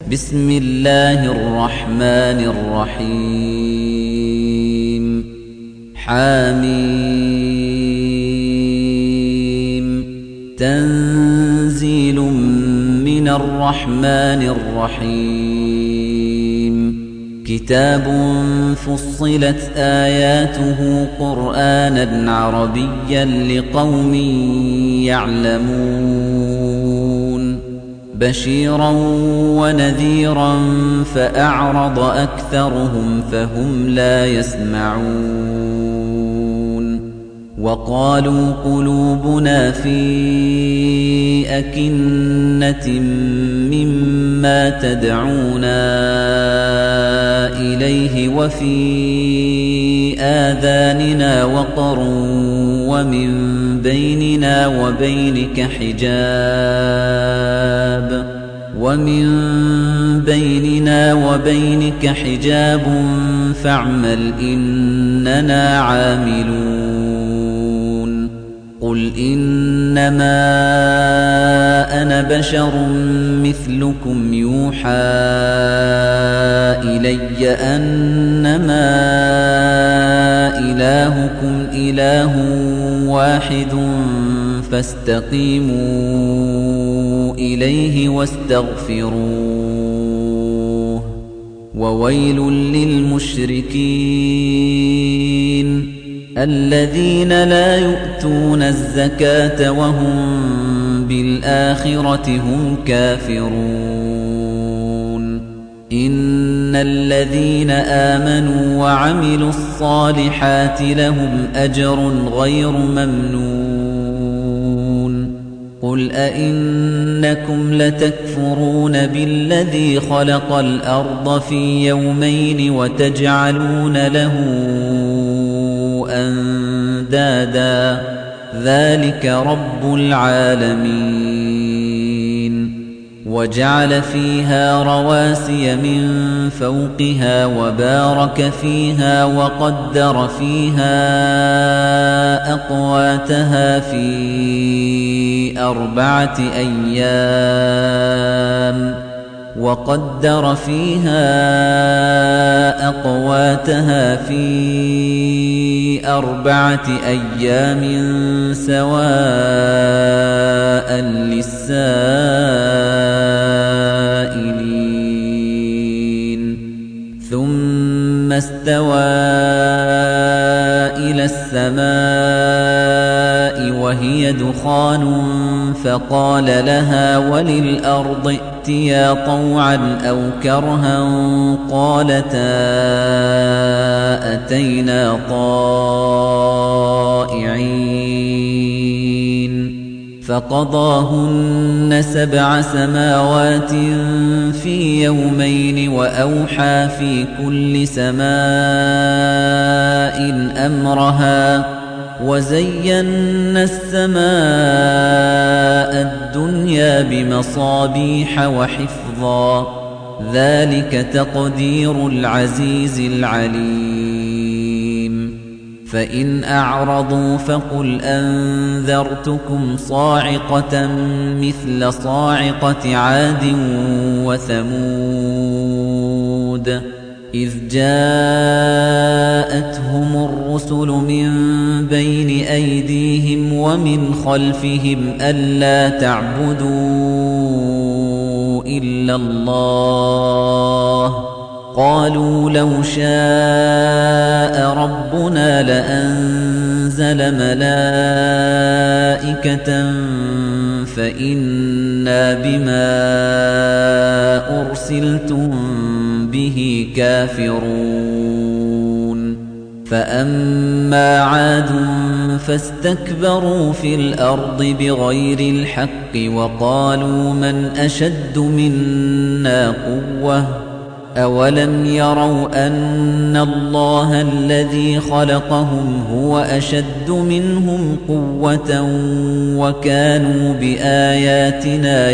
بسم الله الرحمن الرحيم حميم تنزيل من الرحمن الرحيم كتاب فصلت آياته قرآنا عربيا لقوم يعلمون بشيرا ونذيرا فأعرض أكثرهم فهم لا يسمعون وقالوا قلوبنا في أكنة مما تدعونا إليه وفي آذاننا وقر ومن بيننا وبينك حجاب فاعمل إننا عاملون قل إنما أنا بشر مثلكم يوحى إلي أنما إلهكم إله واحد فاستقيموا إليه واستغفروه وويل للمشركين الذين لا يؤتون الزكاة وهم بالآخرة هم كافرون إن الذين آمنوا وعملوا الصالحات لهم أجر غير ممنون قل أئنكم لتكفرون بالذي خلق الأرض في يومين وتجعلون له أندادا ذلك رب العالمين وجعل فيها رواسي من فوقها وبارك فيها وقدر فيها أقواتها في 4 أيام سواء للسائلين ثم استوى إلى السماء وهي دخان فقال لها وللأرض ائتيا طوعا أو كرها قالتا أتينا طائعين فقضاهن 7 سماوات في يومين وأوحى في كل سماء أمرها وزينا السماء الدنيا بمصابيح وحفظا ذلك تقدير العزيز العليم فإن أعرضوا فقل أنذرتكم صاعقة مثل صاعقة عاد وثمود إذ جاءتهم الرسل من بين أيديهم ومن خلفهم ألا تعبدوا إلا الله قالوا لو شاء ربنا لأنزل ملائكة فإنا بما أرسلتم به كافرون فأما عاد فاستكبروا في الأرض بغير الحق وقالوا من أشد منا قوة أولم يروا أن الله الذي خلقهم هو أشد منهم قوة وكانوا بآياتنا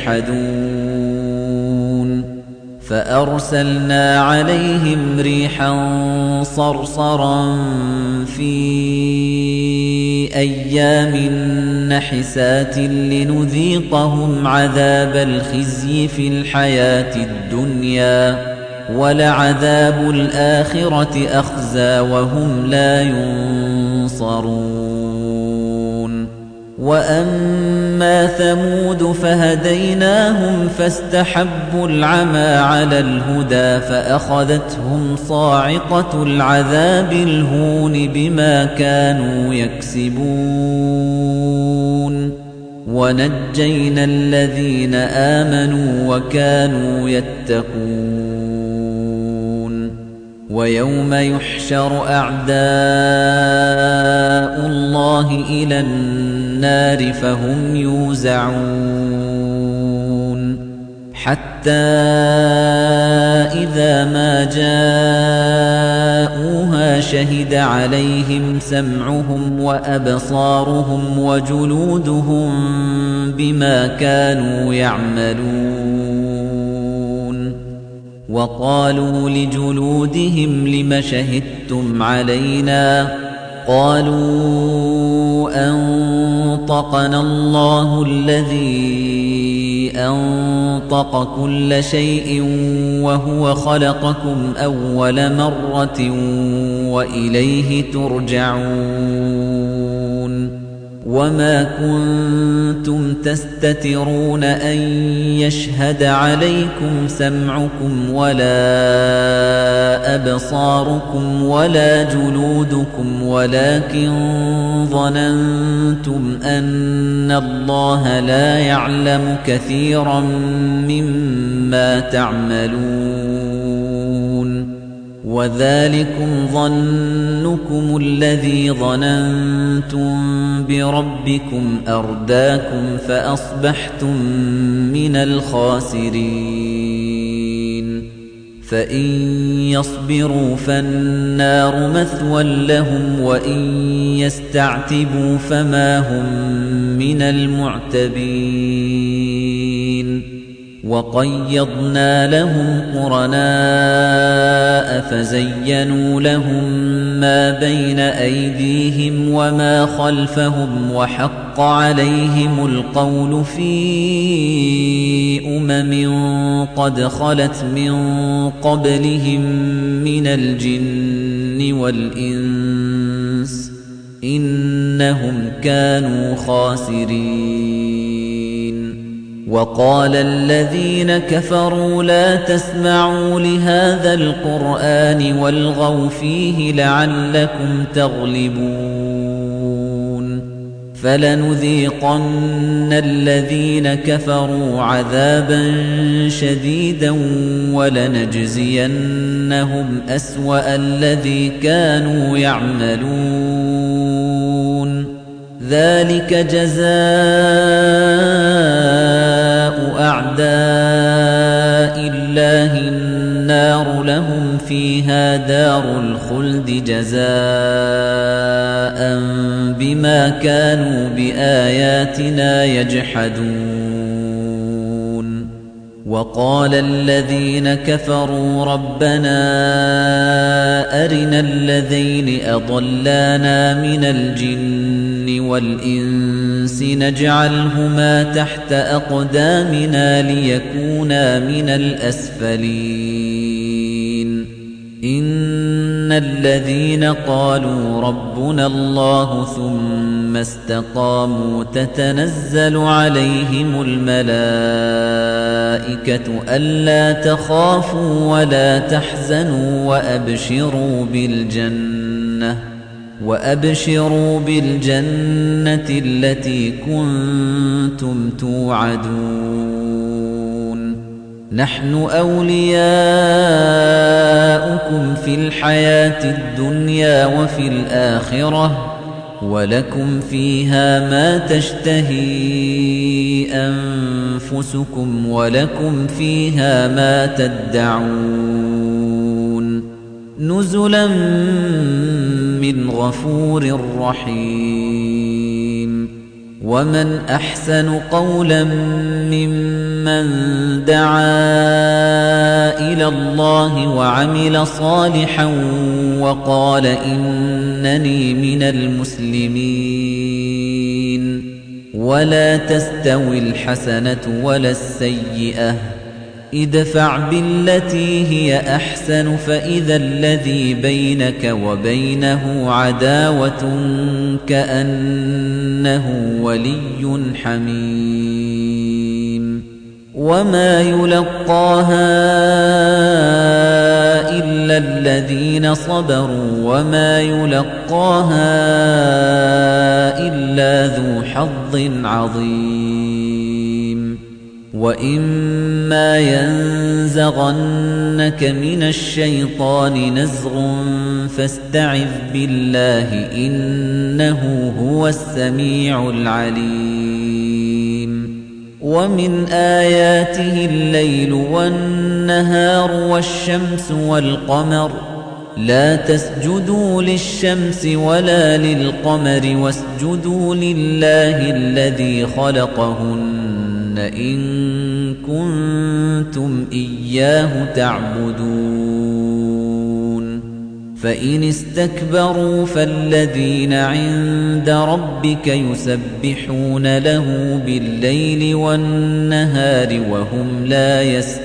يجحدون فأرسلنا عليهم ريحا صرصرا في أيام نحسات لنذيقهم عذاب الخزي في الحياة الدنيا ولعذاب الآخرة أخزى وهم لا ينصرون وأما ثمود فهديناهم فاستحبوا العمى على الهدى فأخذتهم صاعقة العذاب الهون بما كانوا يكسبون ونجينا الذين آمنوا وكانوا يتقون ويوم يحشر أعداء الله إلى النار فهم يوزعون حتى إذا ما جاءوها شهد عليهم سمعهم وأبصارهم وجلودهم بما كانوا يعملون وقالوا لجلودهم لم شهدتم علينا قالوا أنطقنا الله الذي أنطق كل شيء وهو خلقكم أول مرة وإليه ترجعون وما كنتم تستترون أن يشهد عليكم سمعكم ولا أبصاركم ولا جلودكم ولكن ظننتم أن الله لا يعلم كثيرا مما تعملون وذلكم ظنكم الذي ظننتم بربكم أرداكم فأصبحتم من الخاسرين فإن يصبروا فالنار مثوى لهم وإن يستعتبوا فما هم من المعتبين وقيضنا لهم قرناء فزينوا لهم ما بين أيديهم وما خلفهم وحق عليهم القول في قد خلت من قبلهم من الجن والإنس إنهم كانوا خاسرين وقال الذين كفروا لا تسمعوا لهذا القرآن والغوا فيه لعلكم تغلبون فلنذيقن الذين كفروا عذابا شديدا ولنجزينهم أسوأ الذي كانوا يعملون ذلك جزاء أعداء الله النار لهم فيها دار الخلد جزاء بما كانوا بآياتنا يجحدون وقال الذين كفروا ربنا أرنا الذين أضلانا من الجن والإنس نجعلهما تحت أقدامنا ليكونا من الأسفلين إن الذين قالوا ربنا الله ثم استقاموا تتنزل عليهم الملائكة ألا تخافوا ولا تحزنوا وأبشروا بالجنة التي كنتم توعدون نحن أولياؤكم في الحياة الدنيا وفي الآخرة ولكم فيها ما تشتهي أنفسكم ولكم فيها ما تدعون نزلا من غفور رحيم ومن أحسن قولا ممن دعا إلى الله وعمل صالحا وقال إن إنني من المسلمين ولا تستوي الحسنة ولا السيئة ادفع بالتي هي أحسن فإذا الذي بينك وبينه عداوة كأنه ولي حميم وما يلقاها إلا الذين صبروا وما يلقاها إلا ذو حظ عظيم وإما ينزغنك من الشيطان نزغ فاستعذ بالله إنه هو السميع العليم ومن آياته الليل والنهار والشمس والقمر لا تسجدوا للشمس ولا للقمر واسجدوا لله الذي خلقهن إن كنتم إياه تعبدون فإن استكبروا فالذين عند ربك يسبحون له بالليل والنهار وهم لا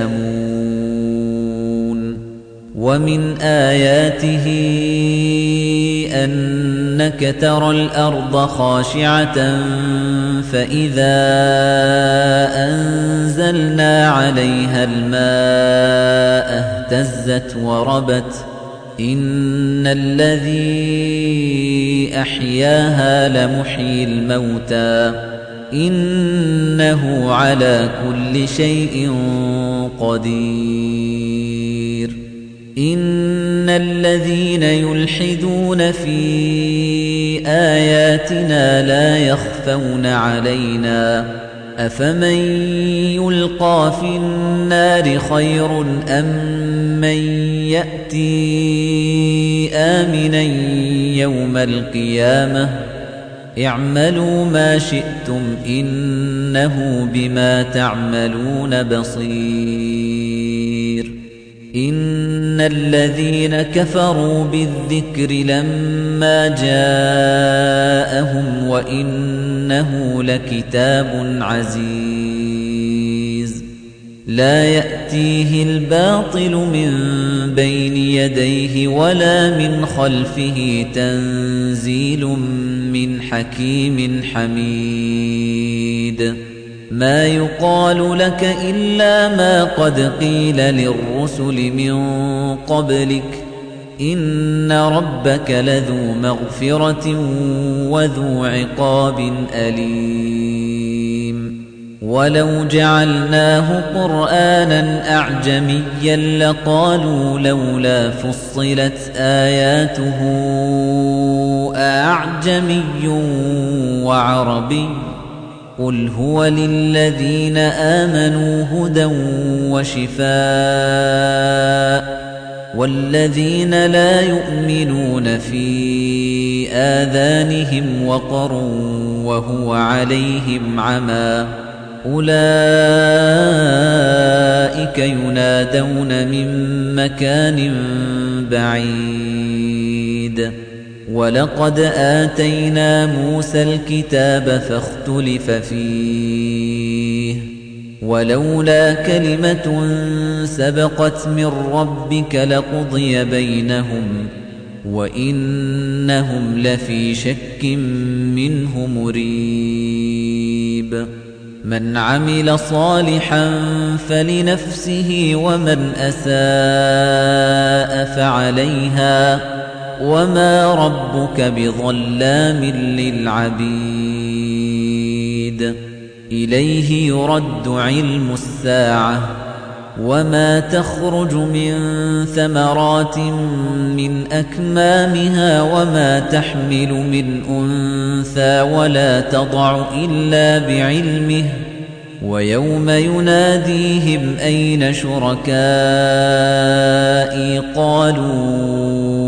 يسأمون ومن آياته أنك ترى الأرض خاشعة فإذا أنزلنا عليها الماء اهتزت وربت إن الذي أحياها لمحيي الموتى إنه على كل شيء قدير إن الذين يلحدون في آياتنا لا يخفون علينا أفمن يلقى في النار خير أم من يأتي آمنا يوم القيامة اعملوا ما شئتم إنه بما تعملون بصير إن الذين كفروا بالذكر لما جاءهم وإنه لكتاب عزيز لا يأتيه الباطل من بين يديه ولا من خلفه تنزيل من حكيم حميد ما يقال لك إلا ما قد قيل للرسل من قبلك إن ربك لذو مغفرة وذو عقاب أليم ولو جعلناه قرآنا أعجميا لقالوا لولا فصلت آياته أعجمي وعربي قل هو للذين آمنوا هدى وشفاء والذين لا يؤمنون في آذانهم وقر وهو عليهم عمى أولئك ينادون من مكان بعيد ولقد آتينا موسى الكتاب فاختلف فيه ولولا كلمة سبقت من ربك لقضي بينهم وإنهم لفي شك منه مريب من عمل صالحا فلنفسه ومن أساء فعليها وما ربك بظلام للعبيد إليه يرد علم الساعة وما تخرج من ثمرات من أكمامها وما تحمل من أنثى ولا تضع إلا بعلمه ويوم يناديهم أين شركائي قالوا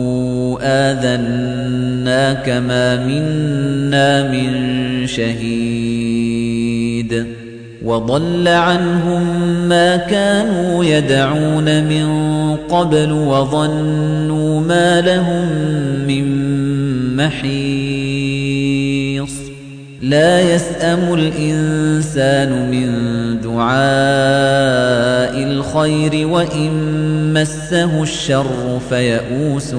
آذناك ما منا من شهيد وضل عنهم ما كانوا يدعون من قبل وظنوا ما لهم من محيص لا يسأم الإنسان من دعاء الخير وإن مسه الشر فيئوس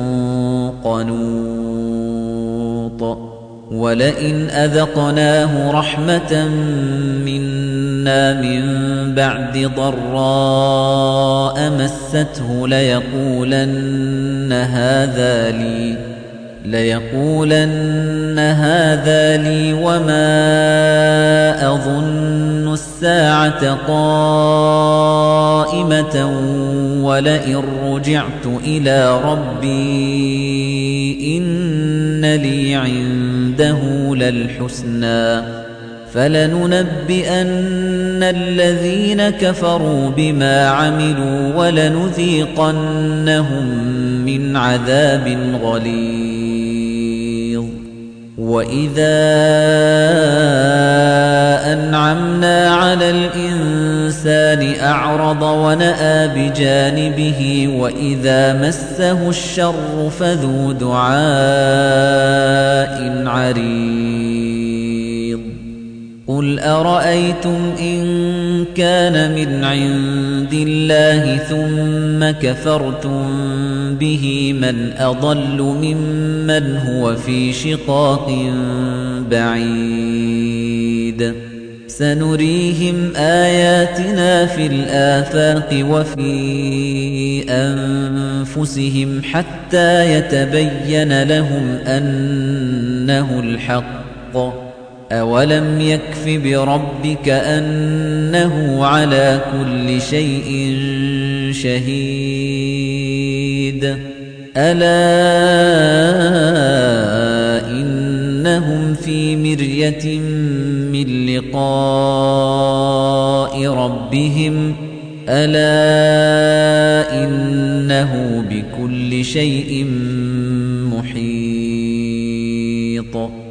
قنوط ولئن أذقناه رحمة منا من بعد ضراء مسته ليقولن هذا لي وما أظن الساعة قائمة ولئن رجعت إلى ربي إن لي عنده للحسنى فلننبئن الذين كفروا بما عملوا ولنذيقنهم من عذاب غليظ وإذا أنعمنا على الإنسان أعرض ونأى بجانبه وإذا مسه الشر فذو دعاء عريض قل أرأيتم إن كان من عند الله ثم كفرتم به من أضل ممن هو في شقاق بعيد سنريهم آياتنا في الآفاق وفي أنفسهم حتى يتبين لهم أنه الحق أولم يكف بربك أنه على كل شيء شهيد ألا إنهم في مرية من لقاء ربهم ألا إنه بكل شيء محيط